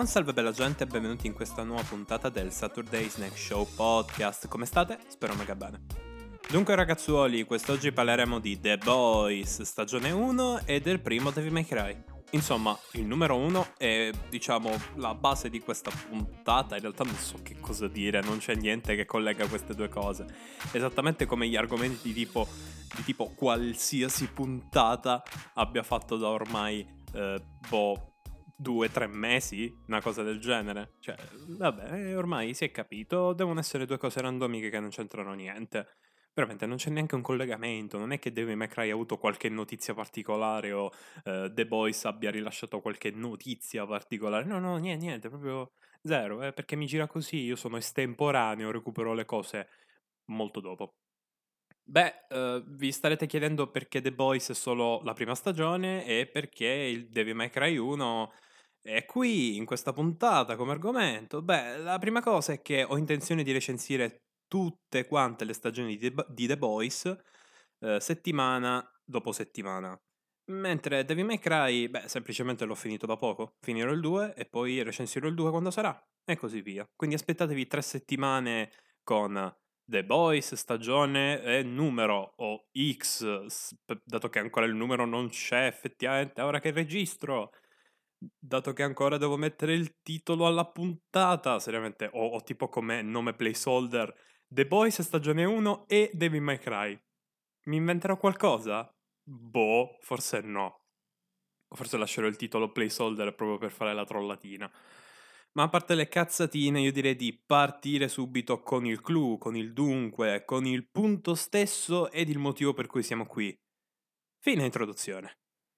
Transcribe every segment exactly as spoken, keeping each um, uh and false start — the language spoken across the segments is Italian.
Buon salve bella gente e benvenuti in questa nuova puntata del Saturday Snack Show Podcast. Come state? Spero mega bene. Dunque ragazzuoli, quest'oggi parleremo di The Boys stagione uno e del primo Devil May Cry. Insomma, il numero uno è, diciamo, la base di questa puntata. In realtà non so che cosa dire, non c'è niente che collega queste due cose. Esattamente come gli argomenti di tipo, di tipo qualsiasi puntata abbia fatto da ormai, eh, boh, due, tre mesi, una cosa del genere. Cioè, vabbè, ormai si è capito, devono essere due cose randomiche che non c'entrano niente. Veramente non c'è neanche un collegamento, non è che Devil May Cry ha avuto qualche notizia particolare o uh, The Boys abbia rilasciato qualche notizia particolare. No, no, niente, niente, proprio zero, eh, perché mi gira così, io sono estemporaneo, recupero le cose molto dopo. Beh, uh, vi starete chiedendo perché The Boys è solo la prima stagione e perché il Devil May Cry uno è qui in questa puntata come argomento. Beh, la prima cosa è che ho intenzione di recensire tutte quante le stagioni di The, di The Boys uh, settimana dopo settimana. Mentre Devil May Cry, beh, semplicemente l'ho finito da poco. Finirò il due e poi recensirò il due quando sarà e così via. Quindi aspettatevi tre settimane con The Boys stagione e numero o X, dato che ancora il numero non c'è effettivamente, ora che registro, dato che ancora devo mettere il titolo alla puntata, seriamente, o, o tipo come nome placeholder, The Boys stagione uno e Devil May Cry. Mi inventerò qualcosa? Boh, forse no. Forse lascerò il titolo placeholder proprio per fare la trollatina. Ma a parte le cazzatine, io direi di partire subito con il clou, con il dunque, con il punto stesso ed il motivo per cui siamo qui. Fine introduzione.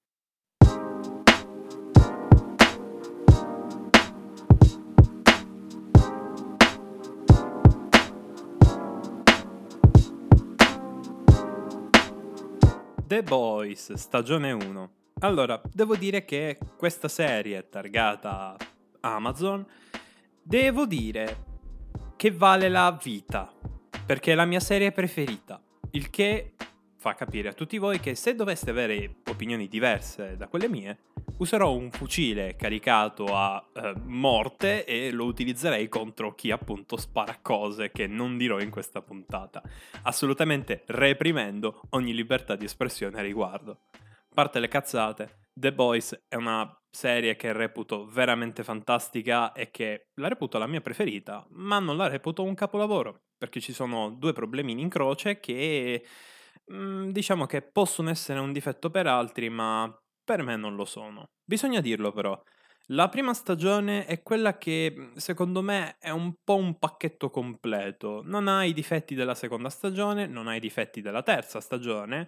The Boys, stagione uno. Allora, devo dire che questa serie targata Amazon, devo dire che vale la vita, perché è la mia serie preferita, il che fa capire a tutti voi che se doveste avere opinioni diverse da quelle mie, userò un fucile caricato a eh, morte e lo utilizzerei contro chi appunto spara cose che non dirò in questa puntata, assolutamente reprimendo ogni libertà di espressione a riguardo. A parte le cazzate, The Boys è una serie che reputo veramente fantastica e che la reputo la mia preferita, ma non la reputo un capolavoro, perché ci sono due problemini in croce che mh, diciamo che possono essere un difetto per altri, ma per me non lo sono. Bisogna dirlo però. La prima stagione è quella che secondo me è un po' un pacchetto completo. Non ha i difetti della seconda stagione, non ha i difetti della terza stagione,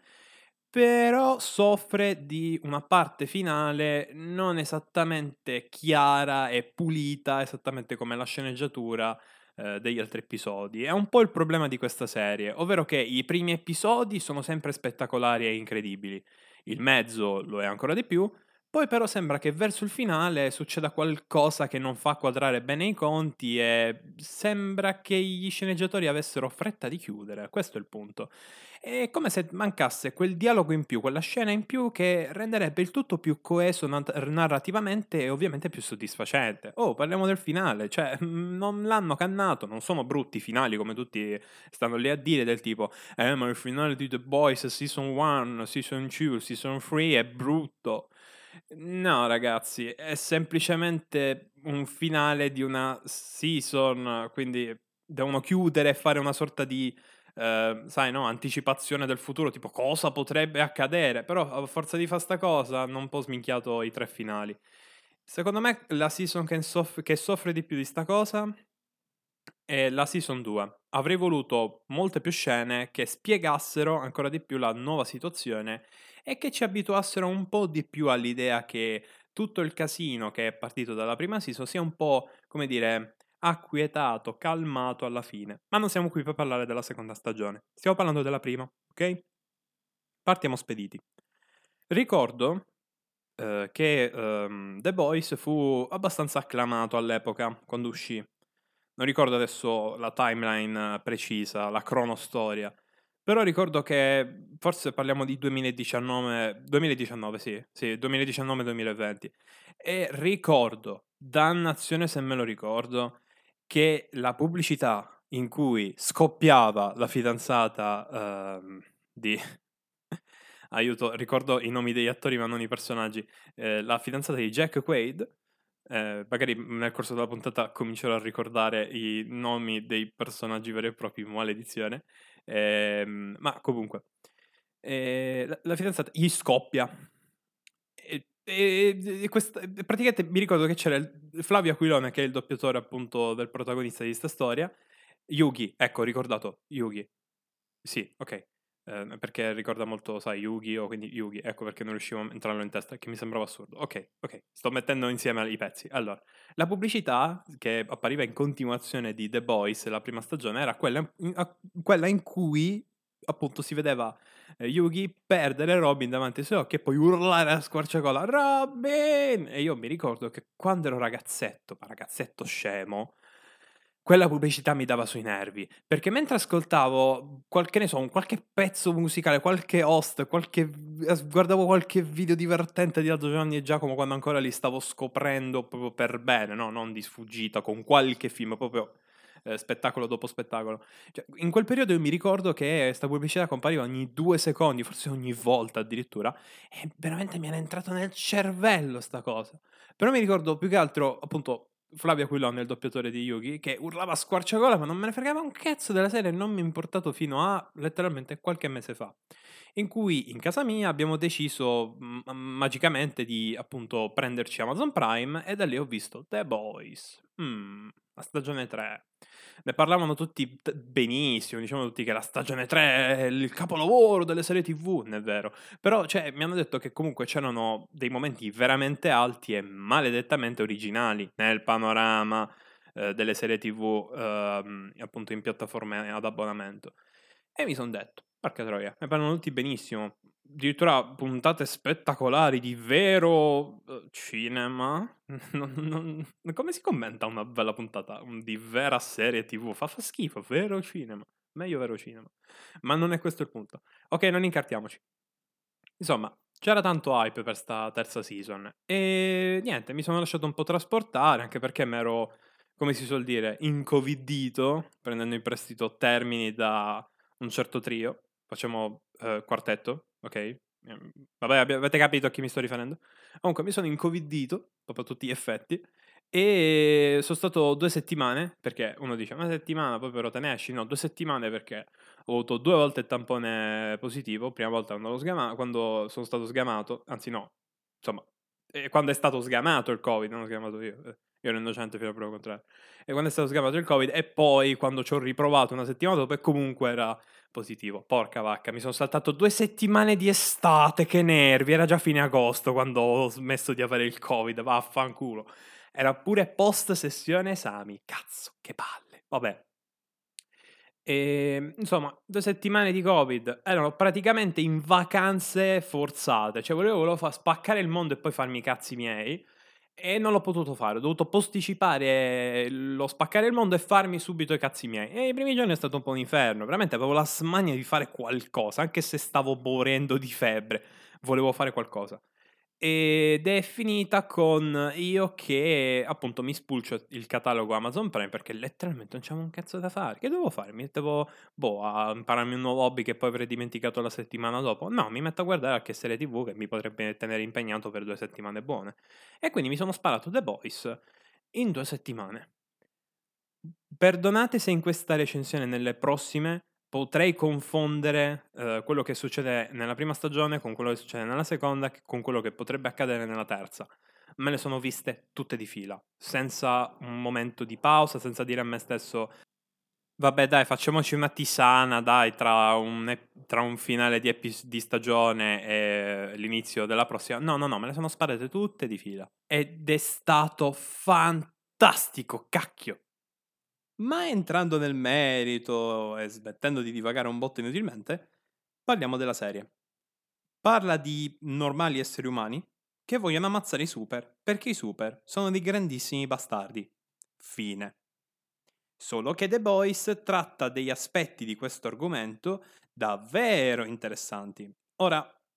però soffre di una parte finale non esattamente chiara e pulita, esattamente come la sceneggiatura eh, degli altri episodi. È un po' il problema di questa serie, ovvero che i primi episodi sono sempre spettacolari e incredibili, il mezzo lo è ancora di più, poi però sembra che verso il finale succeda qualcosa che non fa quadrare bene i conti e sembra che gli sceneggiatori avessero fretta di chiudere, questo è il punto. È come se mancasse quel dialogo in più, quella scena in più che renderebbe il tutto più coeso nat- narrativamente e ovviamente più soddisfacente. Oh, parliamo del finale, cioè non l'hanno cannato, non sono brutti i finali come tutti stanno lì a dire del tipo eh ma il finale di The Boys Season uno, Season due, Season tre è brutto. No, ragazzi, è semplicemente un finale di una season, quindi devono chiudere e fare una sorta di, eh, sai, no, anticipazione del futuro, tipo cosa potrebbe accadere, però a forza di fare sta cosa hanno un po' sminchiato i tre finali. Secondo me la season che, soff- che soffre di più di sta cosa è la season due. Avrei voluto molte più scene che spiegassero ancora di più la nuova situazione e che ci abituassero un po' di più all'idea che tutto il casino che è partito dalla prima season sia un po', come dire, acquietato, calmato alla fine. Ma non siamo qui per parlare della seconda stagione, stiamo parlando della prima, ok? Partiamo spediti. Ricordo eh, che ehm, The Boys fu abbastanza acclamato all'epoca, quando uscì. Non ricordo adesso la timeline eh, precisa, la cronostoria, però ricordo che forse parliamo di duemiladiciannove, duemiladiciannove sì, sì, duemiladiciannove-duemilaventi. E ricordo dannazione se me lo ricordo, che la pubblicità in cui scoppiava la fidanzata ehm, di... Aiuto, ricordo i nomi degli attori ma non i personaggi. Eh, la fidanzata di Jack Quaid, eh, magari nel corso della puntata comincerò a ricordare i nomi dei personaggi veri e propri, maledizione. Ehm, ma comunque, eh, la, la fidanzata gli scoppia. E, e- e questa- praticamente mi ricordo che c'era il- Flavio Aquilone, che è il doppiatore appunto del protagonista di sta storia. Yugi, ecco, ricordato, Yugi. Sì, ok. Eh, perché ricorda molto, sai, Yu-Gi-Oh! Quindi Yugi, ecco perché non riuscivo a entrarlo in testa, che mi sembrava assurdo. Ok, ok, sto mettendo insieme i pezzi. Allora, la pubblicità che appariva in continuazione di The Boys, la prima stagione, era quella in, a- quella in cui appunto si vedeva eh, Yugi perdere Robin davanti ai suoi occhi e poi urlare a squarciagola Robin! E io mi ricordo che quando ero ragazzetto, ma ragazzetto scemo, quella pubblicità mi dava sui nervi, perché mentre ascoltavo qualche, ne so, un qualche pezzo musicale, qualche host, qualche, guardavo qualche video divertente di Aldo Giovanni e Giacomo quando ancora li stavo scoprendo proprio per bene, no? Non di sfuggita, con qualche film, proprio eh, spettacolo dopo spettacolo. Cioè, in quel periodo io mi ricordo che questa pubblicità compariva ogni due secondi, forse ogni volta addirittura, e veramente mi era entrato nel cervello sta cosa. Però mi ricordo più che altro, appunto, Flavio Aquilone, il doppiatore di Yugi, che urlava a squarciagola, ma non me ne fregava un cazzo della serie, non mi è importato fino a letteralmente qualche mese fa, in cui in casa mia abbiamo deciso m- magicamente di appunto prenderci Amazon Prime e da lì ho visto The Boys, mm, la stagione tre. Ne parlavano tutti t- benissimo, dicevano tutti che la stagione tre è il capolavoro delle serie T V, non è vero. Però, cioè, mi hanno detto che comunque c'erano dei momenti veramente alti e maledettamente originali nel panorama eh, delle serie T V, ehm, appunto in piattaforme ad abbonamento. E mi sono detto, porca troia, ne parlano tutti benissimo. Addirittura puntate spettacolari di vero eh, cinema. Non- non- come si commenta una bella puntata un- di vera serie T V? Fa, fa schifo, vero cinema. Meglio vero cinema. Ma non è questo il punto. Ok, non incartiamoci. Insomma, c'era tanto hype per sta terza season e niente, mi sono lasciato un po' trasportare anche perché mi ero, come si suol dire, incovidito, prendendo in prestito termini da un certo trio. Facciamo eh, quartetto, ok? Ehm, Vabbè, abbi- avete capito a chi mi sto riferendo? Comunque, mi sono incovidito, proprio a tutti gli effetti, e sono stato due settimane, perché uno dice, una settimana poi però te ne esci? No, due settimane perché ho avuto due volte il tampone positivo, prima volta quando, l'ho sgama- quando sono stato sgamato, anzi no, insomma, eh, quando è stato sgamato il Covid, non ho sgamato io, eh, io ero innocente fino a prova contraria, e quando è stato sgamato il Covid e poi quando ci ho riprovato una settimana dopo e comunque era positivo, porca vacca, mi sono saltato due settimane di estate, che nervi, era già fine agosto quando ho smesso di avere il Covid, vaffanculo, era pure post sessione esami, cazzo, che palle, vabbè. E, insomma, due settimane di Covid erano praticamente in vacanze forzate, cioè volevo, volevo far spaccare il mondo e poi farmi i cazzi miei e non l'ho potuto fare, ho dovuto posticipare lo spaccare il mondo e farmi subito i cazzi miei. E i primi giorni è stato un po' un inferno, veramente avevo la smania di fare qualcosa, anche se stavo morendo di febbre, volevo fare qualcosa. Ed è finita con io che appunto mi spulcio il catalogo Amazon Prime perché letteralmente non c'avevo un cazzo da fare. Che dovevo fare? Mi mettevo boh, a impararmi un nuovo hobby che poi avrei dimenticato la settimana dopo. No, mi metto a guardare anche serie T V che mi potrebbe tenere impegnato per due settimane buone. E quindi mi sono sparato The Boys in due settimane. Perdonate se in questa recensione e nelle prossime potrei confondere eh, quello che succede nella prima stagione con quello che succede nella seconda, con quello che potrebbe accadere nella terza. Me le sono viste tutte di fila, senza un momento di pausa, senza dire a me stesso, vabbè dai, facciamoci una tisana, dai, tra un, ep- tra un finale di, epi- di stagione e l'inizio della prossima. No, no, no, me le sono sparate tutte di fila. Ed è stato fantastico, cacchio. Ma entrando nel merito e smettendo di divagare un botto inutilmente, parliamo della serie. Parla di normali esseri umani che vogliono ammazzare i super perché i super sono dei grandissimi bastardi. Fine. Solo che The Boys tratta degli aspetti di questo argomento davvero interessanti. Ora,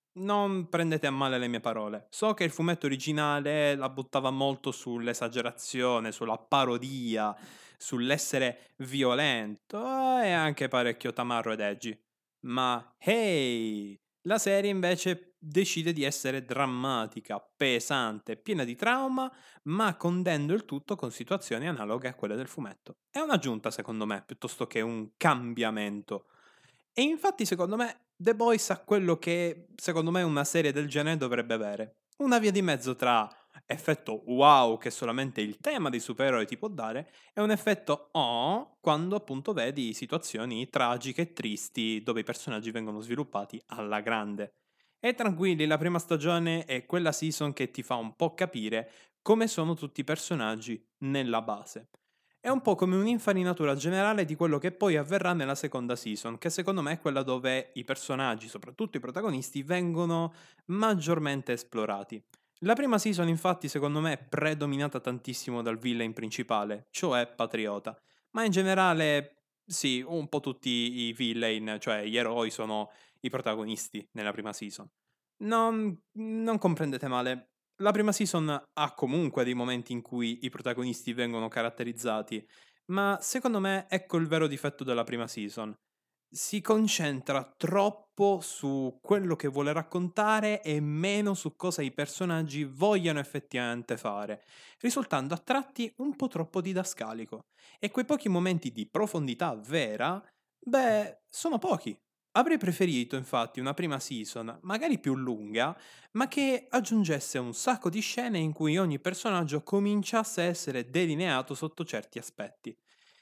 non prendete a male le mie parole. So che il fumetto originale la buttava molto sull'esagerazione, sulla parodia, sull'essere violento e anche parecchio tamarro ed edgy. Ma hey, la serie invece decide di essere drammatica, pesante, piena di trauma, ma condendo il tutto con situazioni analoghe a quelle del fumetto. È un'aggiunta, secondo me, piuttosto che un cambiamento. E infatti, secondo me, The Boys ha quello che, secondo me, una serie del genere dovrebbe avere. Una via di mezzo tra effetto wow che solamente il tema dei supereroi ti può dare e un effetto oh quando appunto vedi situazioni tragiche e tristi dove i personaggi vengono sviluppati alla grande. E tranquilli, la prima stagione è quella season che ti fa un po' capire come sono tutti i personaggi nella base. È un po' come un'infarinatura generale di quello che poi avverrà nella seconda season, che secondo me è quella dove i personaggi, soprattutto i protagonisti, vengono maggiormente esplorati. La prima season, infatti, secondo me è predominata tantissimo dal villain principale, cioè Patriota. Ma in generale, sì, un po' tutti i villain, cioè gli eroi, sono i protagonisti nella prima season. Non, non comprendete male. La prima season ha comunque dei momenti in cui i protagonisti vengono caratterizzati, ma secondo me ecco il vero difetto della prima season. Si concentra troppo su quello che vuole raccontare e meno su cosa i personaggi vogliono effettivamente fare, risultando a tratti un po' troppo didascalico. E quei pochi momenti di profondità vera, beh, sono pochi. Avrei preferito infatti una prima season, magari più lunga, ma che aggiungesse un sacco di scene in cui ogni personaggio cominciasse a essere delineato sotto certi aspetti.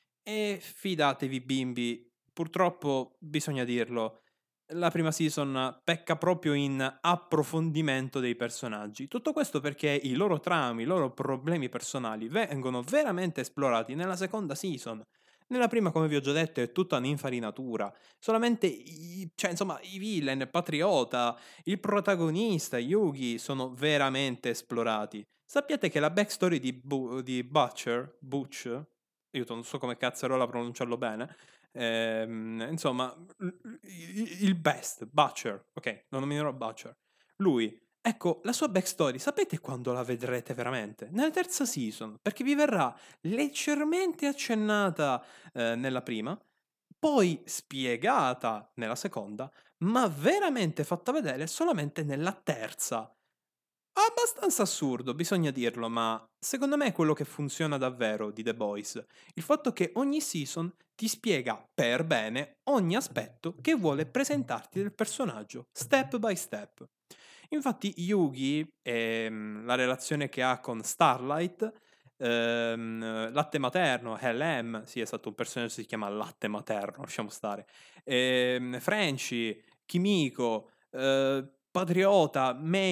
E fidatevi bimbi, purtroppo bisogna dirlo, la prima season pecca proprio in approfondimento dei personaggi. Tutto questo perché i loro traumi, i loro problemi personali vengono veramente esplorati nella seconda season. Nella prima, come vi ho già detto, è tutta un'infarinatura. Solamente i, cioè, insomma, i villain, Patriota, il protagonista, Yugi, sono veramente esplorati. Sappiate che la backstory di, Bu- di Butcher, Butch, io non so come cazzarola pronunciarlo bene, ehm, insomma, il il best, Butcher, ok, lo nominerò Butcher. Lui, ecco, la sua backstory, sapete quando la vedrete veramente? Nella terza season, perché vi verrà leggermente accennata eh, nella prima, poi spiegata nella seconda, ma veramente fatta vedere solamente nella terza. Abbastanza assurdo, bisogna dirlo, ma secondo me è quello che funziona davvero di The Boys. Il fatto che ogni season ti spiega per bene ogni aspetto che vuole presentarti del personaggio, step by step. Infatti Yugi e mm, la relazione che ha con Starlight, ehm, latte materno, L M, sì esatto, un personaggio si chiama latte materno, lasciamo stare, ehm, Frenchy, Kimiko, eh, Patriota,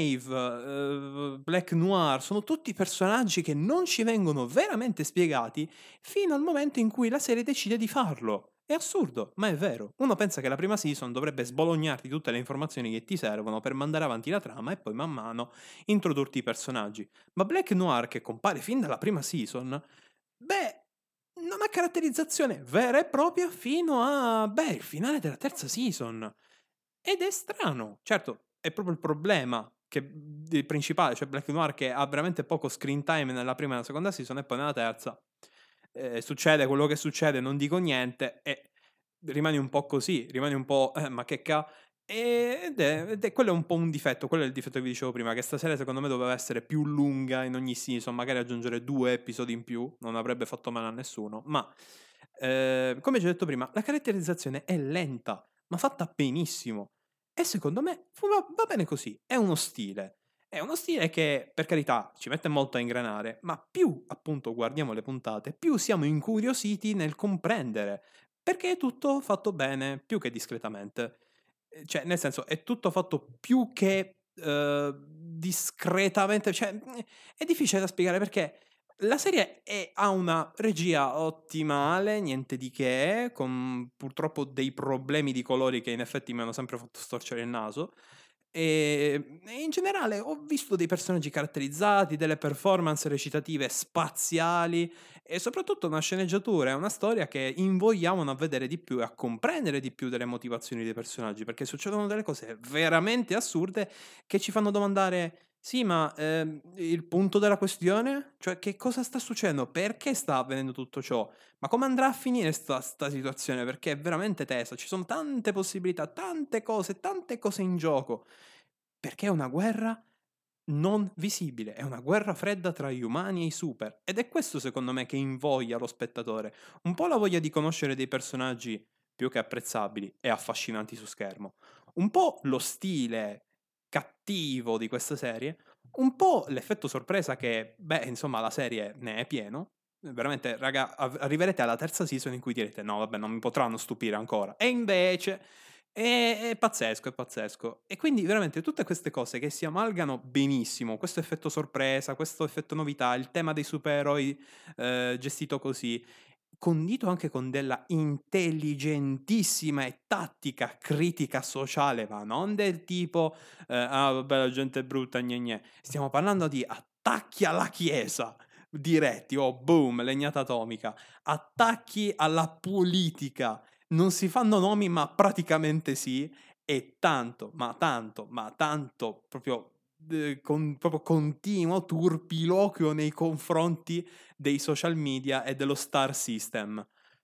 Maeve, eh, Black Noir, sono tutti personaggi che non ci vengono veramente spiegati fino al momento in cui la serie decide di farlo. È assurdo, ma è vero. Uno pensa che la prima season dovrebbe sbolognarti tutte le informazioni che ti servono per mandare avanti la trama e poi man mano introdurti i personaggi. Ma Black Noir, che compare fin dalla prima season, beh, non ha caratterizzazione vera e propria fino a, beh, il finale della terza season. Ed è strano. Certo, è proprio il problema che, il principale, cioè Black Noir, che ha veramente poco screen time nella prima e nella seconda season e poi nella terza eh, succede quello che succede, non dico niente e rimani un po' così, rimani un po' eh, ma che ca... Ed è, ed è quello è un po' un difetto, quello è il difetto che vi dicevo prima, che stasera secondo me doveva essere più lunga in ogni season, magari aggiungere due episodi in più, non avrebbe fatto male a nessuno, ma eh, come già detto prima, la caratterizzazione è lenta, ma fatta benissimo. E secondo me va, va bene così, è uno stile. È uno stile che, per carità, ci mette molto a ingranare, ma più appunto guardiamo le puntate, più siamo incuriositi nel comprendere, perché è tutto fatto bene, più che discretamente. Eh, Cioè, nel senso, è tutto fatto più che eh, discretamente, cioè, è difficile da spiegare perché la serie è- ha una regia ottimale, niente di che, con purtroppo dei problemi di colori che in effetti mi hanno sempre fatto storcere il naso. E, e in generale ho visto dei personaggi caratterizzati, delle performance recitative spaziali e soprattutto una sceneggiatura e una storia che invogliavano a vedere di più e a comprendere di più delle motivazioni dei personaggi, perché succedono delle cose veramente assurde che ci fanno domandare: sì, ma ehm, il punto della questione? Cioè, che cosa sta succedendo? Perché sta avvenendo tutto ciò? Ma come andrà a finire sta, sta situazione? Perché è veramente tesa, ci sono tante possibilità, tante cose, tante cose in gioco. Perché è una guerra non visibile, è una guerra fredda tra gli umani e i super. Ed è questo, secondo me, che invoglia lo spettatore. Un po' la voglia di conoscere dei personaggi più che apprezzabili e affascinanti su schermo. Un po' lo stile cattivo di questa serie. Un po' l'effetto sorpresa che, beh, insomma, la serie ne è pieno. Veramente, raga, av- arriverete alla terza season in cui direte: no, vabbè, non mi potranno stupire ancora. E invece è, è pazzesco, è pazzesco. E quindi veramente tutte queste cose che si amalgano benissimo, questo effetto sorpresa, questo effetto novità, il tema dei supereroi eh, gestito così, condito anche con della intelligentissima e tattica critica sociale, ma non del tipo eh, ah vabbè la gente è brutta, gne gne. Stiamo parlando di attacchi alla chiesa diretti, oh boom, legnata atomica, attacchi alla politica, non si fanno nomi, ma praticamente sì, e tanto, ma tanto, ma tanto proprio, eh, con, proprio continuo turpiloquio nei confronti dei social media e dello star system.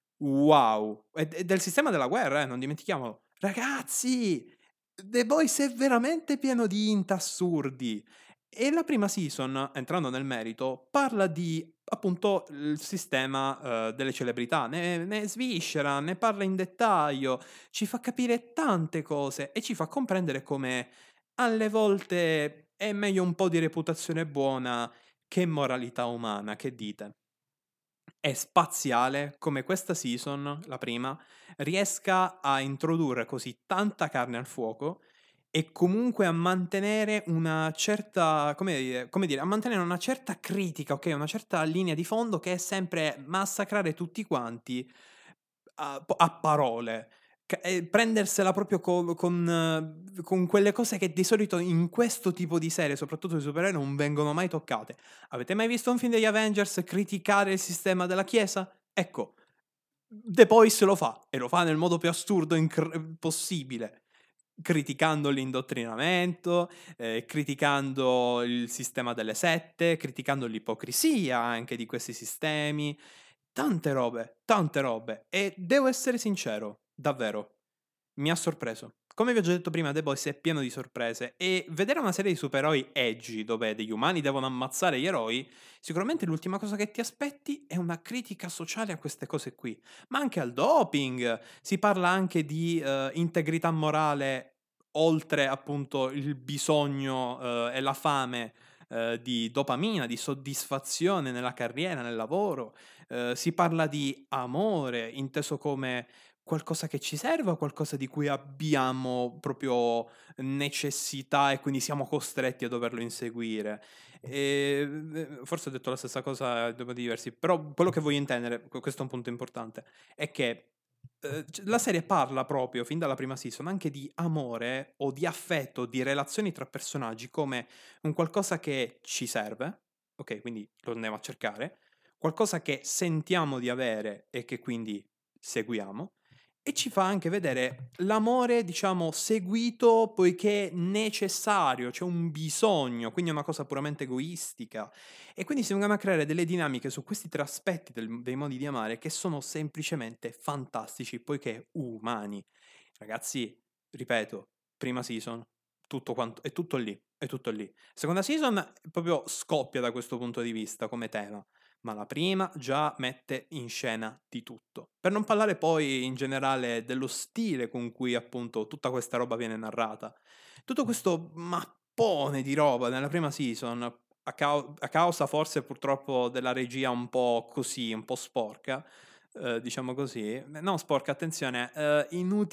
Wow! E, e del sistema della guerra, eh, non dimentichiamolo. Ragazzi, The Boys è veramente pieno di int assurdi. E la prima season, entrando nel merito, parla di appunto il sistema eh, delle celebrità, ne, ne sviscera, ne parla in dettaglio, ci fa capire tante cose e ci fa comprendere come alle volte è meglio un po' di reputazione buona che moralità umana, che dite? È spaziale come questa season, la prima, riesca a introdurre così tanta carne al fuoco e comunque a mantenere una certa, come dire, come dire, a mantenere una certa critica, ok? Una certa linea di fondo che è sempre massacrare tutti quanti a, a parole. Ca- e prendersela proprio co- con, eh, con quelle cose che di solito in questo tipo di serie, soprattutto di supereroi, non vengono mai toccate. Avete mai visto un film degli Avengers criticare il sistema della Chiesa? Ecco, The Boys lo fa e lo fa nel modo più assurdo incr- possibile, criticando l'indottrinamento, eh, criticando il sistema delle sette, criticando l'ipocrisia anche di questi sistemi. Tante robe, tante robe. E devo essere sincero, davvero, mi ha sorpreso. Come vi ho già detto prima, The Boys è pieno di sorprese e vedere una serie di supereroi edgy dove degli umani devono ammazzare gli eroi, sicuramente l'ultima cosa che ti aspetti è una critica sociale a queste cose qui, ma anche al doping. Si parla anche di eh, integrità morale oltre appunto il bisogno eh, e la fame eh, di dopamina, di soddisfazione nella carriera, nel lavoro. Eh, si parla di amore inteso come qualcosa che ci serve o qualcosa di cui abbiamo proprio necessità e quindi siamo costretti a doverlo inseguire? Ehm, forse ho detto la stessa cosa in due modi diversi, però quello che voglio intendere, que questo è un punto importante, è che, ehm, c la serie parla proprio, fin dalla prima season, anche di amore o di affetto, di relazioni tra personaggi come un qualcosa che ci serve, okay, quindi lo andiamo a cercare, qualcosa che sentiamo di avere e che quindi seguiamo, e ci fa anche vedere l'amore, diciamo, seguito poiché necessario, c'è un bisogno, quindi è una cosa puramente egoistica. E quindi si vengono a creare delle dinamiche su questi tre aspetti del- dei modi di amare che sono semplicemente fantastici, poiché umani. Ragazzi, ripeto, prima season, tutto quanto, è tutto lì, è tutto lì. Seconda season proprio scoppia da questo punto di vista come tema, ma la prima già mette in scena di tutto. Per non parlare poi in generale dello stile con cui appunto tutta questa roba viene narrata. Tutto questo mappone di roba nella prima season, a, cau- a causa forse purtroppo della regia un po' così, un po' sporca, eh, diciamo così, non sporca, attenzione, eh,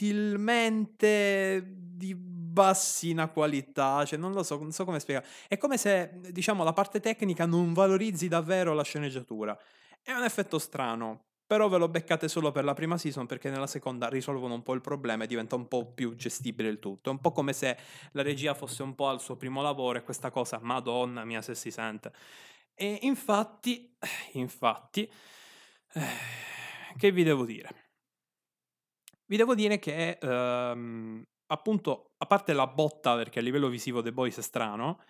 inutilmente di bassina qualità, cioè non lo so, non so come spiegare. È come se, diciamo, la parte tecnica non valorizzi davvero la sceneggiatura. È un effetto strano. però ve lo beccate solo per la prima season perché nella seconda risolvono un po' il problema e diventa un po' più gestibile il tutto. È un po' come se la regia fosse un po' al suo primo lavoro e questa cosa, madonna mia se si sente. E infatti, infatti, eh, che vi devo dire? Vi devo dire che, ehm, appunto, a parte la botta, perché a livello visivo The Boys è strano,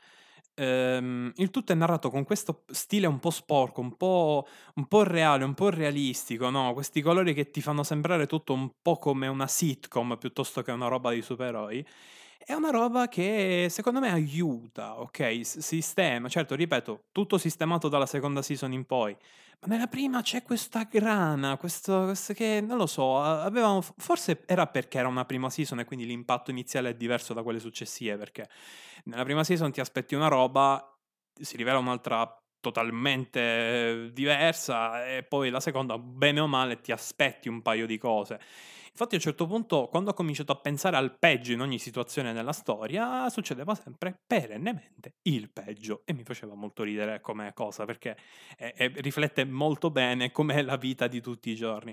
ehm, il tutto è narrato con questo stile un po' sporco, un po', un po' reale, un po' realistico, no? Questi colori che ti fanno sembrare tutto un po' come una sitcom piuttosto che una roba di supereroi. È una roba che secondo me aiuta, ok? S- sistema, certo, ripeto, tutto sistemato dalla seconda season in poi. Ma nella prima c'è questa grana, questo, questo che non lo so, a- avevamo, forse era perché era una prima season e quindi l'impatto iniziale è diverso da quelle successive, perché nella prima season ti aspetti una roba, si rivela un'altra totalmente eh, diversa e poi la seconda, bene o male, ti aspetti un paio di cose. Infatti a un certo punto, quando ho cominciato a pensare al peggio in ogni situazione nella storia, succedeva sempre perennemente il peggio e mi faceva molto ridere come cosa perché e, e riflette molto bene com'è la vita di tutti i giorni.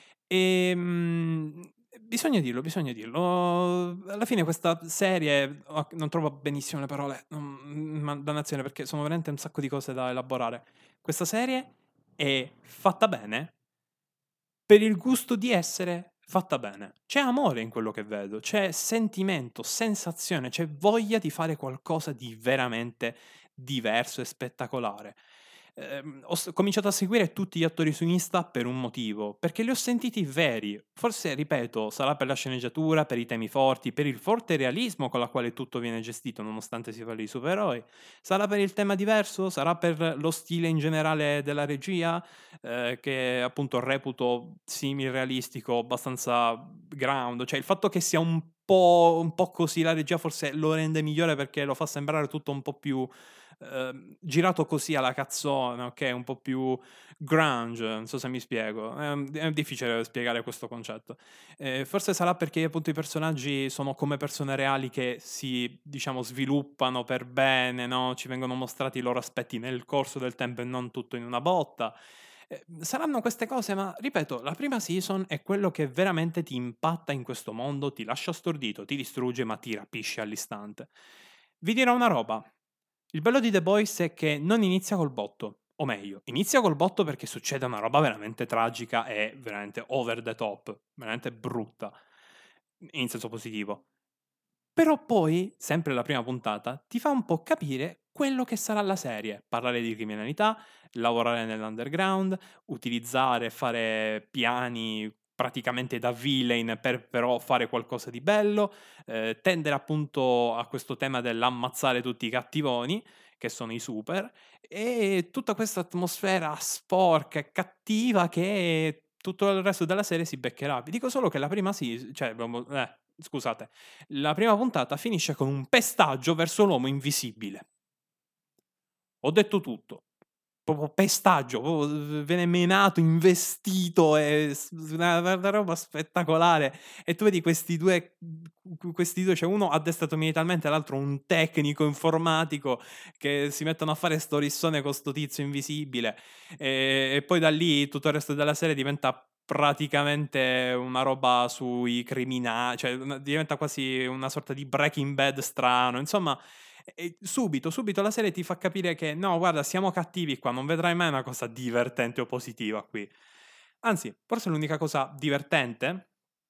E bisogna dirlo, bisogna dirlo. Alla fine questa serie, oh, non trovo benissimo le parole, non- ma dannazione perché sono veramente un sacco di cose da elaborare. Questa serie è fatta bene per il gusto di essere fatta bene. C'è amore in quello che vedo, c'è sentimento, sensazione, c'è voglia di fare qualcosa di veramente diverso e spettacolare. Ehm, ho s- cominciato a seguire tutti gli attori su Insta per un motivo, perché li ho sentiti veri. Forse, ripeto, sarà per la sceneggiatura, per i temi forti, per il forte realismo con la quale tutto viene gestito, nonostante si parli di supereroi. Sarà per il tema diverso? Sarà per lo stile in generale della regia? eh, che appunto reputo simil realistico, abbastanza ground, cioè il fatto che sia un po', un po' così la regia forse lo rende migliore perché lo fa sembrare tutto un po' più ehm, girato così alla cazzone, ok? Un po' più grunge, non so se mi spiego. È, è difficile spiegare questo concetto. Eh, forse sarà perché appunto i personaggi sono come persone reali che si, diciamo, sviluppano per bene, no? Ci vengono mostrati i loro aspetti nel corso del tempo e non tutto in una botta. Eh, saranno queste cose, ma ripeto, la prima season è quello che veramente ti impatta in questo mondo, ti lascia stordito, ti distrugge, ma ti rapisce all'istante. Vi dirò una roba. Il bello di The Boys è che non inizia col botto, o meglio, inizia col botto perché succede una roba veramente tragica e veramente over the top, veramente brutta, in senso positivo. Però poi, sempre la prima puntata, ti fa un po' capire quello che sarà la serie. Parlare di criminalità, lavorare nell'underground, utilizzare, fare piani praticamente da villain per però fare qualcosa di bello, eh, tendere appunto a questo tema dell'ammazzare tutti i cattivoni, che sono i super, e tutta questa atmosfera sporca e cattiva che tutto il resto della serie si beccherà. Vi dico solo che la prima season, cioè, eh, scusate, la prima puntata finisce con un pestaggio verso l'uomo invisibile. Ho detto tutto. Proprio pestaggio, proprio viene menato, investito, è s- una, una roba spettacolare. E tu vedi questi due, questi due, cioè uno addestrato militarmente, l'altro un tecnico informatico che si mettono a fare sto rissone con sto tizio invisibile. E, e poi da lì tutto il resto della serie diventa praticamente una roba sui criminali, cioè una- diventa quasi una sorta di Breaking Bad strano. Insomma, e subito, subito la serie ti fa capire che no, guarda, siamo cattivi qua, non vedrai mai una cosa divertente o positiva qui. Anzi, forse l'unica cosa divertente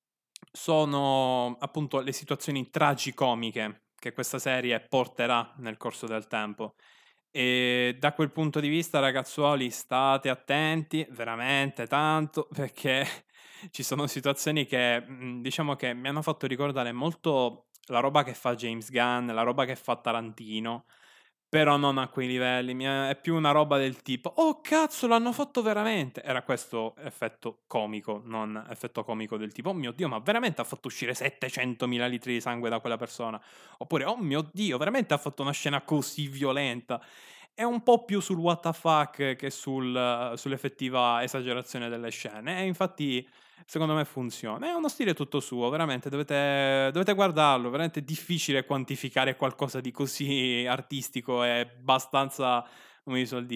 sono appunto le situazioni tragicomiche che questa serie porterà nel corso del tempo. E da quel punto di vista, ragazzuoli, state attenti veramente tanto perché ci sono situazioni che mm, diciamo che mi hanno fatto ricordare molto la roba che fa James Gunn, la roba che fa Tarantino, però non a quei livelli, mi è è più una roba del tipo: "Oh cazzo, l'hanno fatto veramente!" Era questo effetto comico, non effetto comico del tipo: "Oh mio Dio, ma veramente ha fatto uscire settecentomila litri di sangue da quella persona?" Oppure: "Oh mio Dio, veramente ha fatto una scena così violenta?" È un po' più sul what the fuck che sul sull'effettiva esagerazione delle scene e infatti secondo me funziona. È uno stile tutto suo, veramente dovete dovete guardarlo, veramente difficile quantificare qualcosa di così artistico e abbastanza, come si suol dire,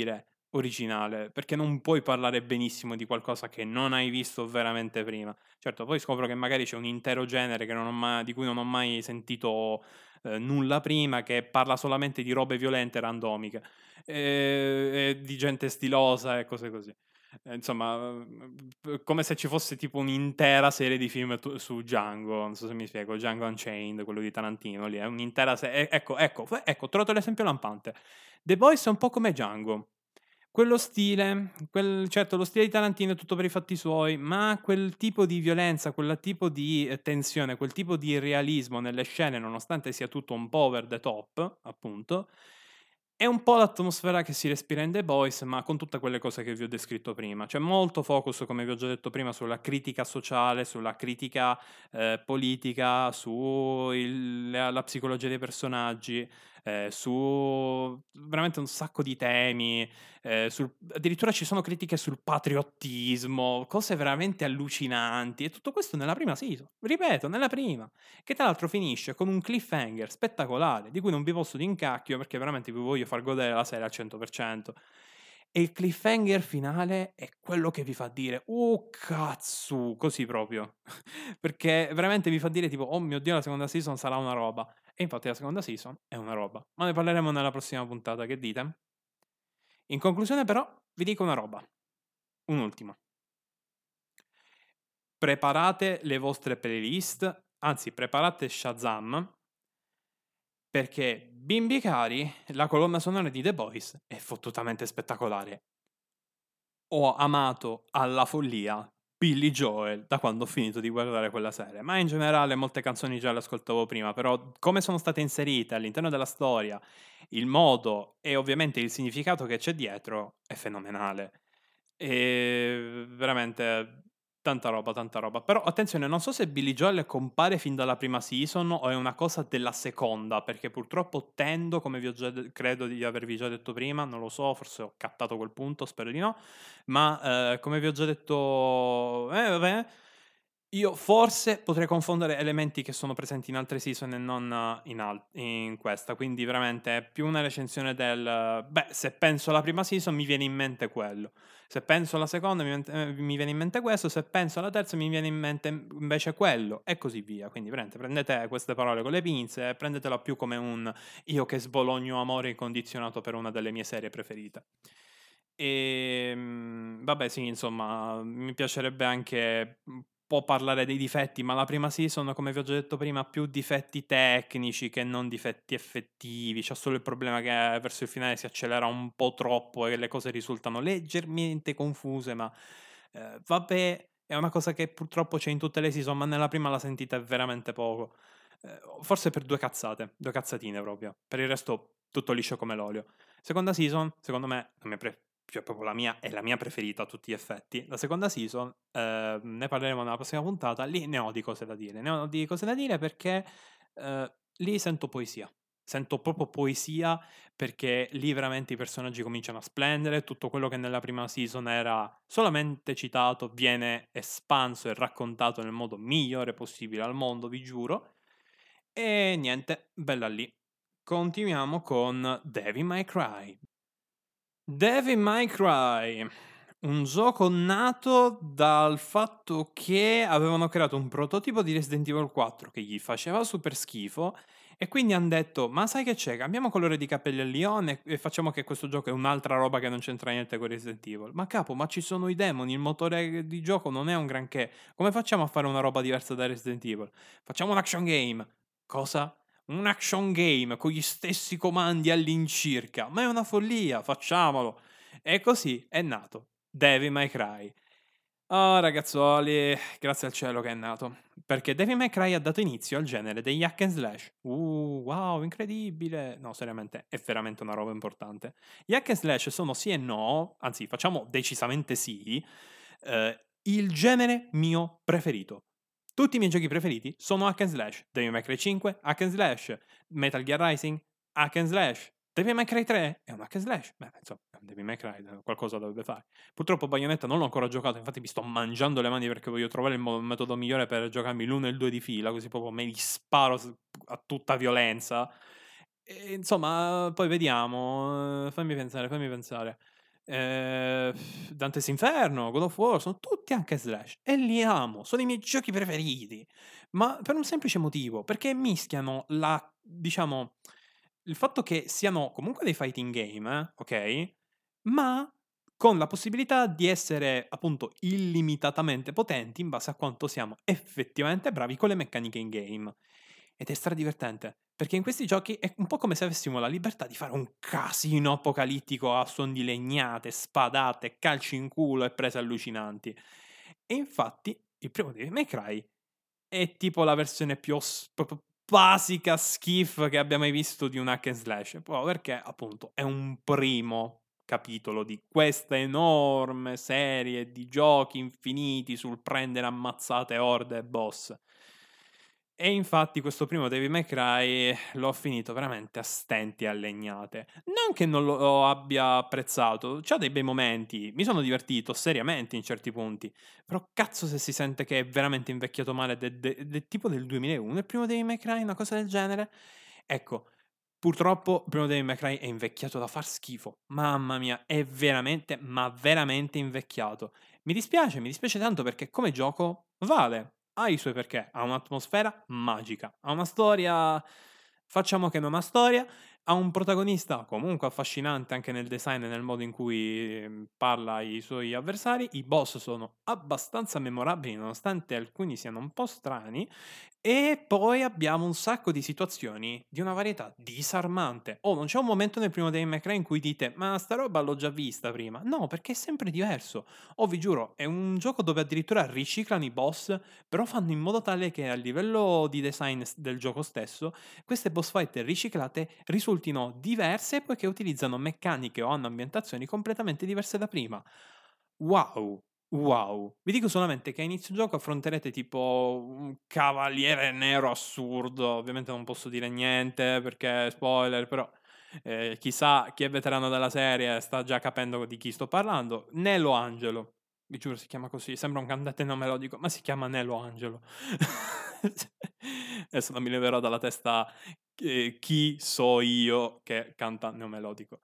originale, perché non puoi parlare benissimo di qualcosa che non hai visto veramente prima. Certo, poi scopro che magari c'è un intero genere che non ho mai, di cui non ho mai sentito eh, nulla prima, che parla solamente di robe violente randomiche, e, e di gente stilosa e cose così. Eh, insomma, eh, come se ci fosse tipo un'intera serie di film tu- su Django, non so se mi spiego, Django Unchained, quello di Tarantino, lì è un'intera serie. Ecco, ecco, ecco, ho trovato l'esempio lampante. The Boys è un po' come Django. Quello stile, quel, certo, lo stile di Tarantino è tutto per i fatti suoi, ma quel tipo di violenza, quel tipo di eh, tensione, quel tipo di realismo nelle scene, nonostante sia tutto un po' over the top, appunto, è un po' l'atmosfera che si respira in The Boys, ma con tutte quelle cose che vi ho descritto prima. C'è molto focus, come vi ho già detto prima, sulla critica sociale, sulla critica eh, politica, sulla psicologia dei personaggi, eh, su veramente un sacco di temi. Eh, sul- addirittura ci sono critiche sul patriottismo, cose veramente allucinanti. E tutto questo nella prima season. Ripeto, nella prima. Che tra l'altro finisce con un cliffhanger spettacolare, di cui non vi posso di incacchio perché veramente vi voglio far godere la serie al cento per cento. E il cliffhanger finale è quello che vi fa dire, oh cazzo, così proprio. Perché veramente vi fa dire tipo, oh mio Dio, la seconda season sarà una roba. E infatti la seconda season è una roba. Ma ne parleremo nella prossima puntata, che dite? In conclusione però, vi dico una roba. Un'ultima. Preparate le vostre playlist, anzi preparate Shazam, perché bimbi cari, la colonna sonora di The Boys è fottutamente spettacolare. Ho amato alla follia Billy Joel da quando ho finito di guardare quella serie, ma in generale molte canzoni già le ascoltavo prima, però come sono state inserite all'interno della storia, il modo e ovviamente il significato che c'è dietro è fenomenale. E veramente tanta roba, tanta roba. Però attenzione, non so se Billy Joel compare fin dalla prima season o è una cosa della seconda, perché purtroppo tendo, come vi ho già de- credo di avervi già detto prima, non lo so, forse ho cattato quel punto, spero di no, ma eh, come vi ho già detto, eh, vabbè, io forse potrei confondere elementi che sono presenti in altre season e non eh, in, al- in questa, quindi veramente è più una recensione del, eh, beh, se penso alla prima season mi viene in mente quello, se penso alla seconda mi, mente- eh, mi viene in mente questo, se penso alla terza mi viene in mente invece quello e così via, quindi veramente prendete queste parole con le pinze e prendetela più come un io che sbologno amore incondizionato per una delle mie serie preferite. E mm, vabbè, sì, insomma, mi piacerebbe anche un po' parlare dei difetti, ma la prima season, come vi ho già detto prima, ha più difetti tecnici che non difetti effettivi. C'è solo il problema che verso il finale si accelera un po' troppo e le cose risultano leggermente confuse, ma eh, vabbè, è una cosa che purtroppo c'è in tutte le season, ma nella prima la sentite veramente poco. Eh, forse per due cazzate, due cazzatine proprio. Per il resto tutto liscio come l'olio. Seconda season, secondo me, la mia pre- cioè proprio la mia, è la mia preferita a tutti gli effetti. La seconda season, eh, ne parleremo nella prossima puntata, lì ne ho di cose da dire. Ne ho di cose da dire perché eh, lì sento poesia. Sento proprio poesia perché lì veramente i personaggi cominciano a splendere, tutto quello che nella prima season era solamente citato viene espanso e raccontato nel modo migliore possibile al mondo, vi giuro. E niente, bella lì. Continuiamo con Devil May Cry. Devil May Cry, un gioco nato dal fatto che avevano creato un prototipo di Resident Evil quattro che gli faceva super schifo e quindi hanno detto ma sai che c'è, cambiamo colore di capelli a Leone e facciamo che questo gioco è un'altra roba che non c'entra niente con Resident Evil. Ma capo, ma ci sono i demoni, il motore di gioco non è un granché, come facciamo a fare una roba diversa da Resident Evil? Facciamo un action game. Cosa? Un action game con gli stessi comandi all'incirca, ma è una follia, facciamolo. E così è nato Devil May Cry. Oh ragazzuoli, grazie al cielo che è nato, perché Devil May Cry ha dato inizio al genere degli hack and slash. Uh, wow, incredibile. No, seriamente, è veramente una roba importante. Gli hack and slash sono sì e no, anzi, facciamo decisamente sì, eh, il genere mio preferito. Tutti i miei giochi preferiti sono hack and slash. Devil May Cry cinque, hack and slash. Metal Gear Rising, hack and slash. Devil May Cry tre è un hack and slash. Beh, insomma, è un Devil May Cry, qualcosa dovrebbe fare. Purtroppo Bayonetta non l'ho ancora giocato, infatti mi sto mangiando le mani perché voglio trovare il mo- metodo migliore per giocarmi l'uno e il due di fila, così proprio me li sparo a tutta violenza. E, insomma, poi vediamo. Eh, Fammi pensare, fammi pensare. eh, Dante's Inferno, God of War, sono tutti anche slash e li amo, sono i miei giochi preferiti, ma per un semplice motivo, perché mischiano la, diciamo, il fatto che siano comunque dei fighting game, eh, ok? Ma con la possibilità di essere appunto illimitatamente potenti in base a quanto siamo effettivamente bravi con le meccaniche in game. Ed è stradivertente, perché in questi giochi è un po' come se avessimo la libertà di fare un casino apocalittico a suon di legnate, spadate, calci in culo e prese allucinanti. E infatti, il primo Devil May Cry è tipo la versione più os- proprio basica schif che abbia mai visto di un hack and slash, proprio perché appunto è un primo capitolo di questa enorme serie di giochi infiniti sul prendere ammazzate orde e boss. E infatti questo primo Devil May Cry l'ho finito veramente a stenti e a legnate. Non che non lo abbia apprezzato, c'ha dei bei momenti, mi sono divertito seriamente in certi punti, però cazzo se si sente che è veramente invecchiato male, del de- del tipo del duemilauno, il primo Devil May Cry, una cosa del genere. Ecco, purtroppo il primo Devil May Cry è invecchiato da far schifo. Mamma mia, è veramente, ma veramente invecchiato. Mi dispiace, mi dispiace tanto perché come gioco vale, ha i suoi perché, ha un'atmosfera magica, ha una storia, facciamo che non ha storia, ha un protagonista comunque affascinante anche nel design e nel modo in cui ehm, parla ai suoi avversari, i boss sono abbastanza memorabili nonostante alcuni siano un po' strani e poi abbiamo un sacco di situazioni di una varietà disarmante. Oh, non c'è un momento nel primo Devil May Cry in cui dite ma sta roba l'ho già vista prima. No, perché è sempre diverso. Oh, vi giuro, è un gioco dove addirittura riciclano i boss, però fanno in modo tale che a livello di design s- del gioco stesso, queste boss fight riciclate risultino diverse poiché utilizzano meccaniche o hanno ambientazioni completamente diverse da prima. Wow, wow. Vi dico solamente che a inizio gioco affronterete tipo un cavaliere nero assurdo. Ovviamente non posso dire niente perché spoiler, però eh, chissà chi è veterano della serie sta già capendo di chi sto parlando. Nelo Angelo. Vi giuro si chiama così, sembra un cantante non melodico, ma si chiama Nelo Angelo. Adesso non mi leverò dalla testa eh, chi so io che canta neomelodico.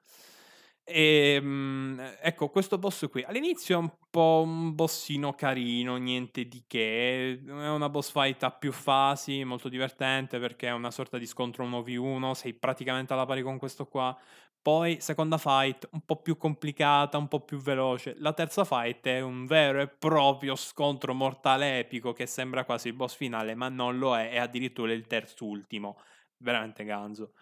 E ecco, questo boss qui all'inizio è un po' un bossino carino, niente di che. È una boss fight a più fasi, molto divertente perché è una sorta di scontro uno vu uno, sei praticamente alla pari con questo qua. Poi, seconda fight, un po' più complicata, un po' più veloce. La terza fight è un vero e proprio scontro mortale epico che sembra quasi il boss finale, ma non lo è, è addirittura il terzultimo. Veramente ganzo.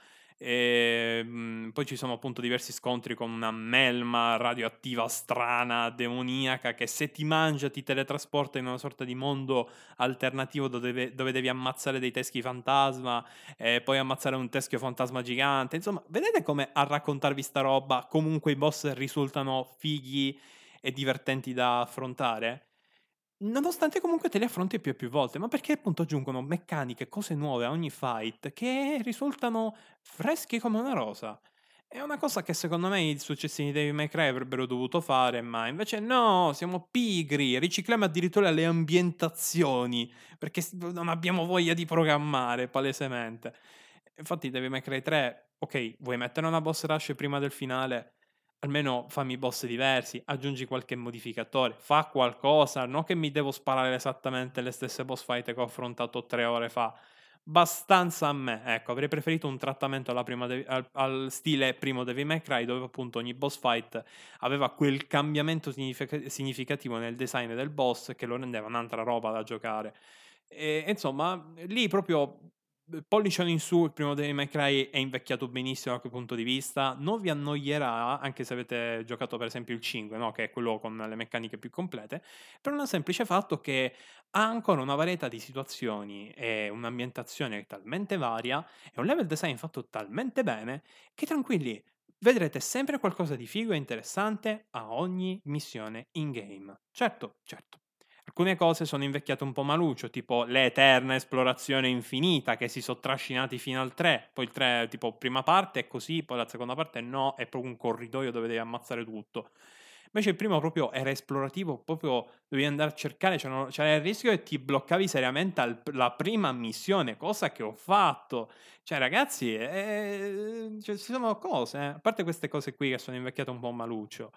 E, mh, poi ci sono appunto diversi scontri con una melma radioattiva strana, demoniaca, che se ti mangia ti teletrasporta in una sorta di mondo alternativo dove, dove devi ammazzare dei teschi fantasma e poi ammazzare un teschio fantasma gigante. Insomma, vedete come a raccontarvi sta roba comunque i boss risultano fighi e divertenti da affrontare? Nonostante comunque te li affronti più e più volte, ma perché appunto aggiungono meccaniche, cose nuove a ogni fight che risultano freschi come una rosa. È una cosa che secondo me i successivi Devil May Cry avrebbero dovuto fare, ma invece no, siamo pigri, ricicliamo addirittura le ambientazioni, perché s- non abbiamo voglia di programmare, palesemente. Infatti Devil May Cry tre, ok, vuoi mettere una boss rush prima del finale? Almeno fammi boss diversi, aggiungi qualche modificatore, fa qualcosa, non che mi devo sparare esattamente le stesse boss fight che ho affrontato tre ore fa. Abbastanza a me, ecco, avrei preferito un trattamento alla prima de- al, al stile primo Devil May Cry, dove appunto ogni boss fight aveva quel cambiamento signific- significativo nel design del boss che lo rendeva un'altra roba da giocare. E, insomma, lì proprio Uhm, pollice in su, il primo Devil May Cry è invecchiato benissimo da quel punto di vista, non vi annoierà, anche se avete giocato per esempio il cinque, no, che è quello con le meccaniche più complete, per un semplice fatto che ha ancora una varietà di situazioni e un'ambientazione talmente varia e un level design fatto talmente bene che tranquilli, vedrete sempre qualcosa di figo e interessante a ogni missione in game. Certo, certo. Alcune cose sono invecchiate un po' maluccio, tipo l'eterna esplorazione infinita che si sono trascinati fino al tre. Poi il tre, tipo, prima parte è così, poi la seconda parte no, è proprio un corridoio dove devi ammazzare tutto. Invece il primo proprio era esplorativo, proprio dovevi andare a cercare, c'era, c'era il rischio che ti bloccavi seriamente alla prima missione, cosa che ho fatto. Cioè, ragazzi, eh, cioè, ci sono cose, eh. A parte queste cose qui che sono invecchiate un po' maluccio.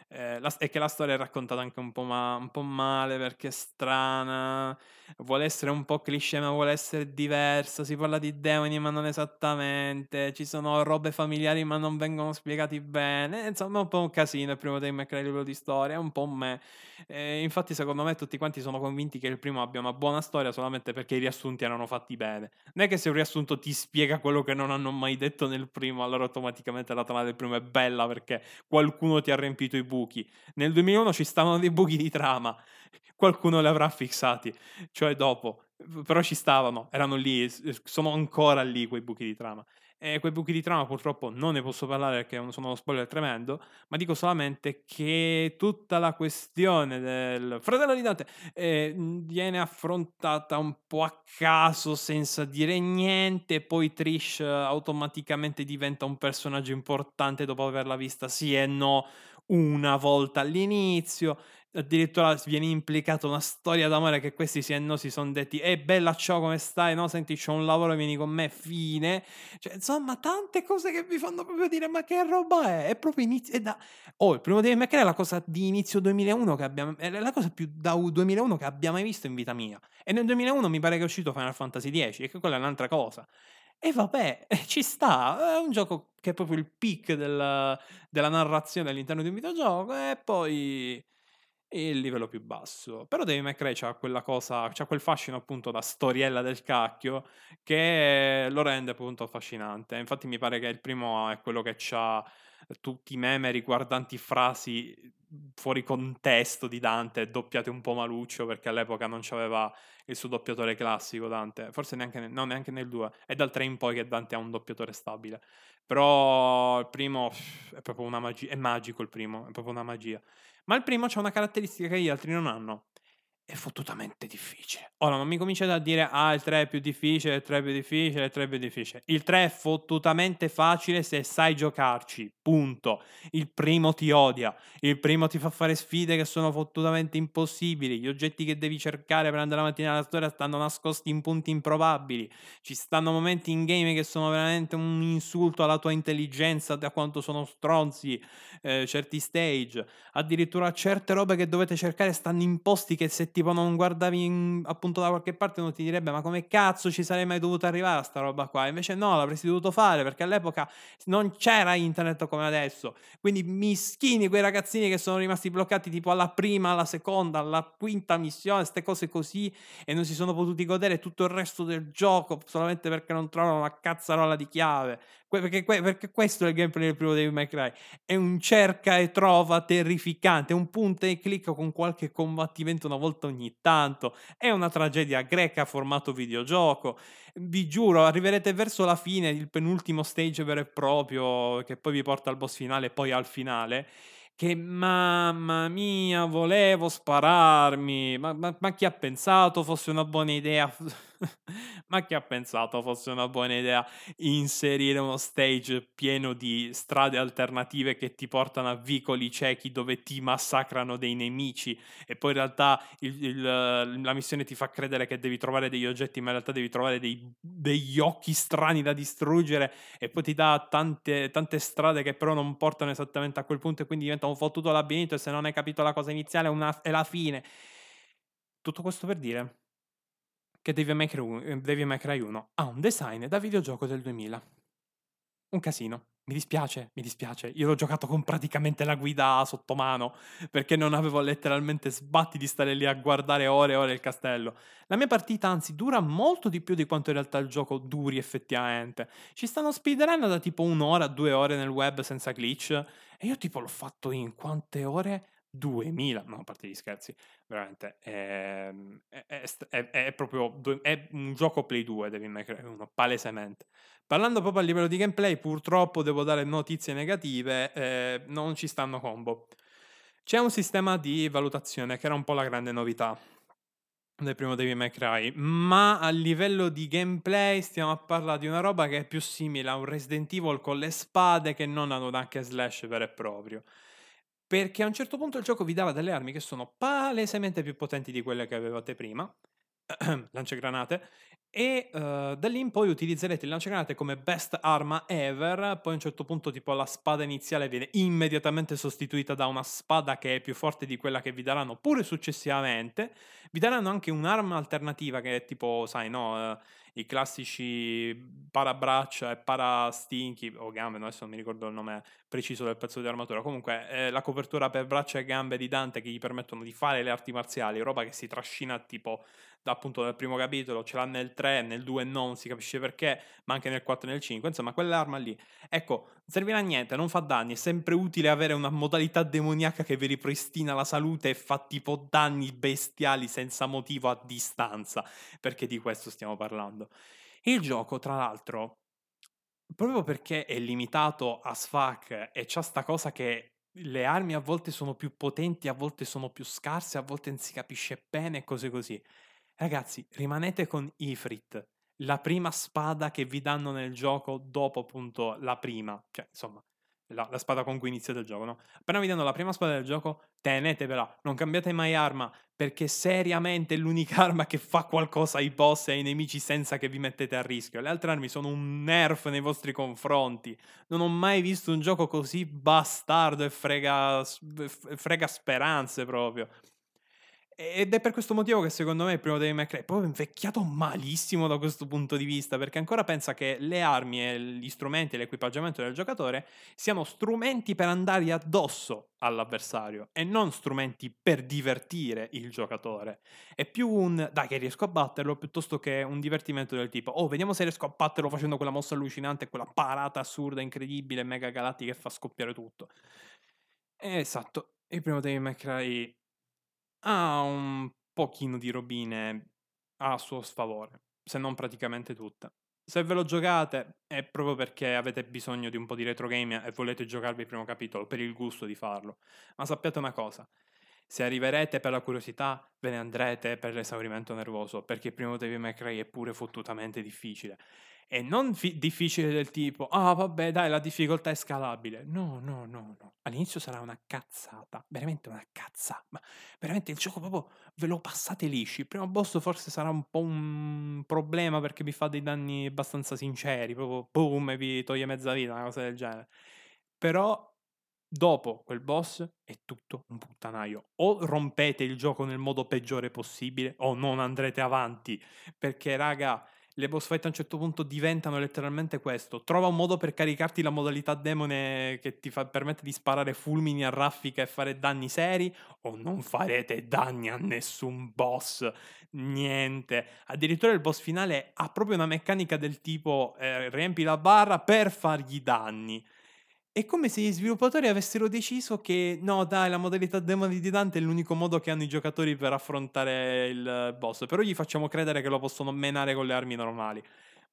eh, la- e che la storia è raccontata anche un po', ma- un po' male perché è strana, vuole essere un po' cliché ma vuole essere diversa, si parla di demoni ma non esattamente, ci sono robe familiari ma non vengono spiegati bene, insomma è un po' un casino il primo Devil May Cry a livello di storia, è un po' me. Eh, infatti secondo me tutti quanti sono convinti che il primo abbia una buona storia solamente perché i riassunti erano fatti bene. Non è che se un riassunto ti spiega quello che non hanno mai detto nel primo, allora automaticamente la trama del primo è bella perché qualcuno ti ha riempito i buchi. Nel duemilauno ci stavano dei buchi di trama, qualcuno li avrà fissati, cioè dopo, però ci stavano, erano lì, sono ancora lì quei buchi di trama. E quei buchi di trama purtroppo non ne posso parlare perché sono uno spoiler tremendo, ma dico solamente che tutta la questione del fratello di Dante eh, viene affrontata un po' a caso senza dire niente, poi Trish automaticamente diventa un personaggio importante dopo averla vista sì e no una volta all'inizio, addirittura viene implicata una storia d'amore che questi sì e no si sono detti "Eh bella ciao come stai? No senti c'ho un lavoro vieni con me" fine. Cioè insomma tante cose che mi fanno proprio dire "Ma che roba è?" È proprio inizio è da oh il primo Devil May Cry è la cosa di inizio duemilauno che abbiamo è la cosa più da duemilauno che abbia mai visto in vita mia. E nel duemilauno mi pare che è uscito Final Fantasy dieci e che quella è un'altra cosa. E vabbè, ci sta, è un gioco che è proprio il peak del della narrazione all'interno di un videogioco e poi il livello più basso. Però Devil May Cry c'ha quella cosa, c'ha quel fascino appunto da storiella del cacchio che lo rende appunto affascinante. Infatti mi pare che il primo è quello che c'ha tutti i meme riguardanti frasi fuori contesto di Dante, doppiate un po' maluccio perché all'epoca non c'aveva il suo doppiatore classico Dante, forse neanche nel, no, neanche nel due, è dal tre in poi che Dante ha un doppiatore stabile. Però il primo pff, è proprio una magia, è magico il primo, è proprio una magia. Ma il primo c'ha una caratteristica che gli altri non hanno. È fottutamente difficile. Ora non mi cominciate a dire ah il tre è più difficile, il tre è più difficile, il tre è più difficile. Il tre è fottutamente facile se sai giocarci, punto. Il primo ti odia, il primo ti fa fare sfide che sono fottutamente impossibili, gli oggetti che devi cercare per andare avanti nella storia stanno nascosti in punti improbabili, ci stanno momenti in game che sono veramente un insulto alla tua intelligenza da quanto sono stronzi, eh, certi stage, addirittura certe robe che dovete cercare stanno in posti che se tipo non guardavi in, appunto da qualche parte uno ti direbbe ma come cazzo ci sarei mai dovuto arrivare a sta roba qua, invece no l'avresti dovuto fare perché all'epoca non c'era internet come adesso, quindi mischini quei ragazzini che sono rimasti bloccati tipo alla prima, alla seconda, alla quinta missione, ste cose così e non si sono potuti godere tutto il resto del gioco solamente perché non trovano una cazzarola di chiave, que- perché, que- perché questo è il gameplay del primo Devil May Cry, è un cerca e trova terrificante, un punta e clicca con qualche combattimento una volta ogni tanto, è una tragedia greca formato videogioco, vi giuro arriverete verso la fine, il penultimo stage vero e proprio che poi vi porta al boss finale e poi al finale, che mamma mia volevo spararmi, ma, ma, ma chi ha pensato fosse una buona idea ma chi ha pensato fosse una buona idea inserire uno stage pieno di strade alternative che ti portano a vicoli ciechi dove ti massacrano dei nemici e poi in realtà il- il, eh, la missione ti fa credere che devi trovare degli oggetti, ma in realtà devi trovare dei- degli occhi strani da distruggere e poi ti dà tante, tante strade che però non portano esattamente a quel punto e quindi diventa un fottuto labirinto e se non hai capito la cosa iniziale è, una- è la fine. Tutto questo per dire che Devil May Cry uno, eh, Devil May Cry uno ha un design da videogioco del duemila. Un casino. Mi dispiace, mi dispiace. Io l'ho giocato con praticamente la guida sotto mano, perché non avevo letteralmente sbatti di stare lì a guardare ore e ore il castello. La mia partita, anzi, dura molto di più di quanto in realtà il gioco duri effettivamente. Ci stanno speedrun da tipo un'ora, due ore nel web senza glitch, e io tipo l'ho fatto in quante ore? duemila, no, a parte gli scherzi, veramente, ehm, è, è, è, è proprio, due- è un gioco Play due, Devil May Cry uno, palesemente. Parlando proprio a livello di gameplay, purtroppo devo dare notizie negative, eh, non ci stanno combo. C'è un sistema di valutazione che era un po' la grande novità del primo Devil May Cry, ma a livello di gameplay stiamo a parlare di una roba che è più simile a un Resident Evil con le spade che non ad un hack and slash vero e proprio. Perché a un certo punto il gioco vi dava delle armi che sono palesemente più potenti di quelle che avevate prima, lanciagranate, E uh, da lì in poi utilizzerete il lanciagranate come best arma ever. Poi a un certo punto tipo la spada iniziale viene immediatamente sostituita da una spada che è più forte di quella che vi daranno pure successivamente. Vi daranno anche un'arma alternativa che è tipo, sai, no, uh, i classici parabraccia e parastinchi o gambe, no, adesso non mi ricordo il nome preciso del pezzo di armatura. Comunque eh, la copertura per braccia e gambe di Dante che gli permettono di fare le arti marziali, roba che si trascina tipo da, appunto dal primo capitolo, ce l'ha nel tre, nel due non si capisce perché, ma anche nel quattro e nel cinque, insomma quell'arma lì, ecco, servirà a niente, non fa danni, è sempre utile avere una modalità demoniaca che vi ripristina la salute e fa tipo danni bestiali senza motivo a distanza, perché di questo stiamo parlando. Il gioco, tra l'altro, proprio perché è limitato a sfac e c'ha sta cosa che le armi a volte sono più potenti, a volte sono più scarse, a volte non si capisce bene e cose così. Ragazzi, rimanete con Ifrit, la prima spada che vi danno nel gioco dopo appunto la prima, cioè insomma, la, la spada con cui iniziate il gioco, no? Appena vi danno la prima spada del gioco, tenetevela, non cambiate mai arma, perché seriamente è l'unica arma che fa qualcosa ai boss e ai nemici senza che vi mettete a rischio. Le altre armi sono un nerf nei vostri confronti. Non ho mai visto un gioco così bastardo e frega, frega speranze proprio. Ed è per questo motivo che secondo me il primo Devil May Cry è proprio invecchiato malissimo da questo punto di vista, perché ancora pensa che le armi e gli strumenti e l'equipaggiamento del giocatore siano strumenti per andare addosso all'avversario e non strumenti per divertire il giocatore. È più un dai che riesco a batterlo piuttosto che un divertimento del tipo oh vediamo se riesco a batterlo facendo quella mossa allucinante, quella parata assurda, incredibile, mega galattica che fa scoppiare tutto. Esatto, il primo Devil May Cry ha un pochino di robine a suo sfavore, se non praticamente tutte. Se ve lo giocate è proprio perché avete bisogno di un po' di retro game e volete giocarvi il primo capitolo per il gusto di farlo. Ma sappiate una cosa, se arriverete per la curiosità, ve ne andrete per l'esaurimento nervoso, perché il primo Devil May Cry è pure fottutamente difficile. E non fi- difficile del tipo, ah vabbè dai la difficoltà è scalabile. No, no, no, no. All'inizio sarà una cazzata, veramente una cazzata. Ma veramente il gioco proprio ve lo passate lisci. Il primo boss forse sarà un po' un problema perché vi fa dei danni abbastanza sinceri, proprio boom e vi toglie mezza vita, una cosa del genere. Però dopo quel boss è tutto un puttanaio. O rompete il gioco nel modo peggiore possibile o non andrete avanti. Perché raga, le boss fight a un certo punto diventano letteralmente questo. Trova un modo per caricarti la modalità demone che ti fa, permette di sparare fulmini a raffica e fare danni seri, o non farete danni a nessun boss. Niente. Addirittura il boss finale ha proprio una meccanica del tipo eh, riempi la barra per fargli danni. È come se gli sviluppatori avessero deciso che no, dai, la modalità demoni di Dante è l'unico modo che hanno i giocatori per affrontare il boss, però gli facciamo credere che lo possono menare con le armi normali.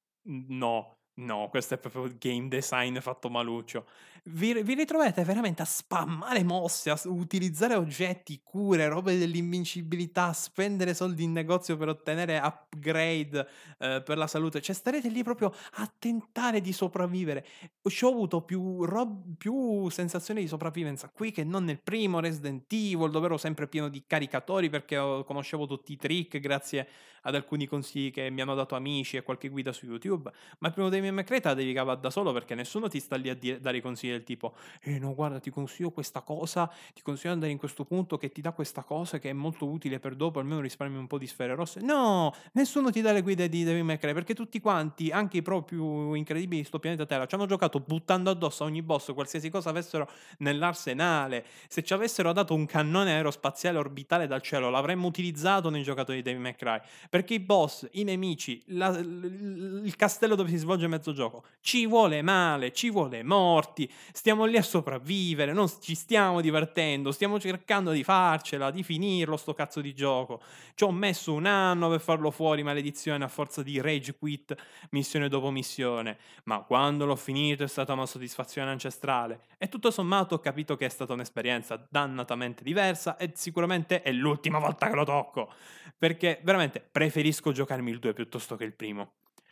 No, no, questo è proprio game design fatto maluccio. Vi, vi ritrovate veramente a spammare mosse, a s- utilizzare oggetti, cure, robe dell'invincibilità, spendere soldi in negozio per ottenere upgrade eh, per la salute. Cioè, starete lì proprio a tentare di sopravvivere. Ci ho avuto più, rob- più sensazioni di sopravvivenza qui che non nel primo Resident Evil, dove ero sempre pieno di caricatori perché ho- conoscevo tutti i trick grazie ad alcuni consigli che mi hanno dato amici e qualche guida su YouTube. Ma il primo Devil May Cry te la devi cavare da solo perché nessuno ti sta lì a dire- dare i consigli del tipo eh no guarda ti consiglio questa cosa, ti consiglio di andare in questo punto che ti dà questa cosa che è molto utile per dopo, almeno risparmi un po' di sfere rosse. No, nessuno ti dà le guide di Devil May Cry perché tutti quanti, anche i pro più incredibili di sto pianeta Terra, ci hanno giocato buttando addosso a ogni boss qualsiasi cosa avessero nell'arsenale. Se ci avessero dato un cannone aerospaziale orbitale dal cielo l'avremmo utilizzato nei giocatori di Devil May Cry perché i boss, i nemici, la, l, il castello dove si svolge mezzo gioco ci vuole male, ci vuole morti, stiamo lì a sopravvivere, non ci stiamo divertendo, stiamo cercando di farcela, di finirlo sto cazzo di gioco. Ci ho messo un anno per farlo fuori, maledizione, a forza di rage quit missione dopo missione, ma quando l'ho finito è stata una soddisfazione ancestrale e tutto sommato ho capito che è stata un'esperienza dannatamente diversa e sicuramente è l'ultima volta che lo tocco, perché veramente preferisco giocarmi il due piuttosto che il primo,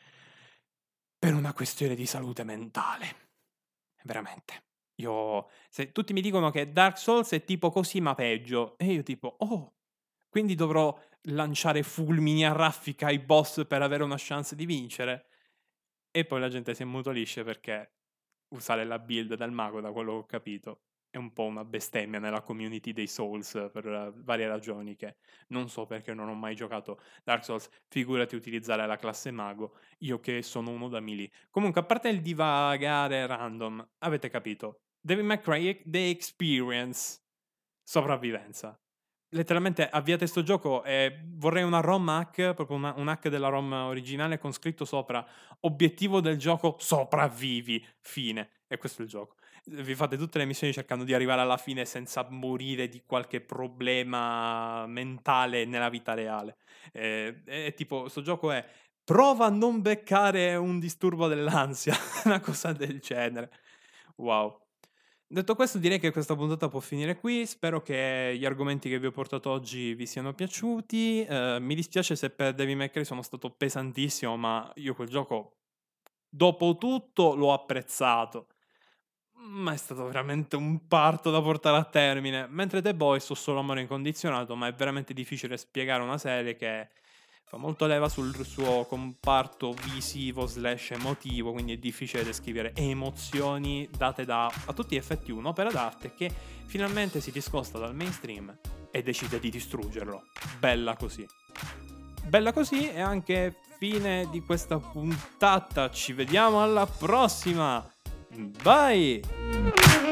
per una questione di salute mentale. Veramente. Io se tutti mi dicono che Dark Souls è tipo così ma peggio e io tipo: "Oh, quindi dovrò lanciare fulmini a raffica ai boss per avere una chance di vincere. E poi la gente si ammutolisce perché usare la build del mago, da quello che ho capito, è un po' una bestemmia nella community dei Souls per uh, varie ragioni che non so, perché non ho mai giocato Dark Souls, figurati utilizzare la classe mago, io che sono uno da melee. Comunque, a parte il divagare random, avete capito, Devil May Cry The Experience, sopravvivenza. Letteralmente avviate sto gioco e vorrei una ROM hack, proprio una, un hack della ROM originale con scritto sopra: obiettivo del gioco, sopravvivi, fine. E questo è il gioco. Vi fate tutte le missioni cercando di arrivare alla fine senza morire di qualche problema mentale nella vita reale. E, e tipo, sto gioco è: prova a non beccare un disturbo dell'ansia, una cosa del genere. Wow. Detto questo, direi che questa puntata può finire qui. Spero che gli argomenti che vi ho portato oggi vi siano piaciuti. Eh, mi dispiace se per Devil May Cry sono stato pesantissimo, ma io quel gioco, dopo tutto, l'ho apprezzato. Ma è stato veramente un parto da portare a termine. Mentre The Boys ho solo amore incondizionato, ma è veramente difficile spiegare una serie che fa molto leva sul suo comparto visivo slash emotivo, quindi è difficile descrivere emozioni date da, a tutti gli effetti, un'opera d'arte che finalmente si discosta dal mainstream e decide di distruggerlo. Bella così. Bella così, e anche fine di questa puntata. Ci vediamo alla prossima. Bye!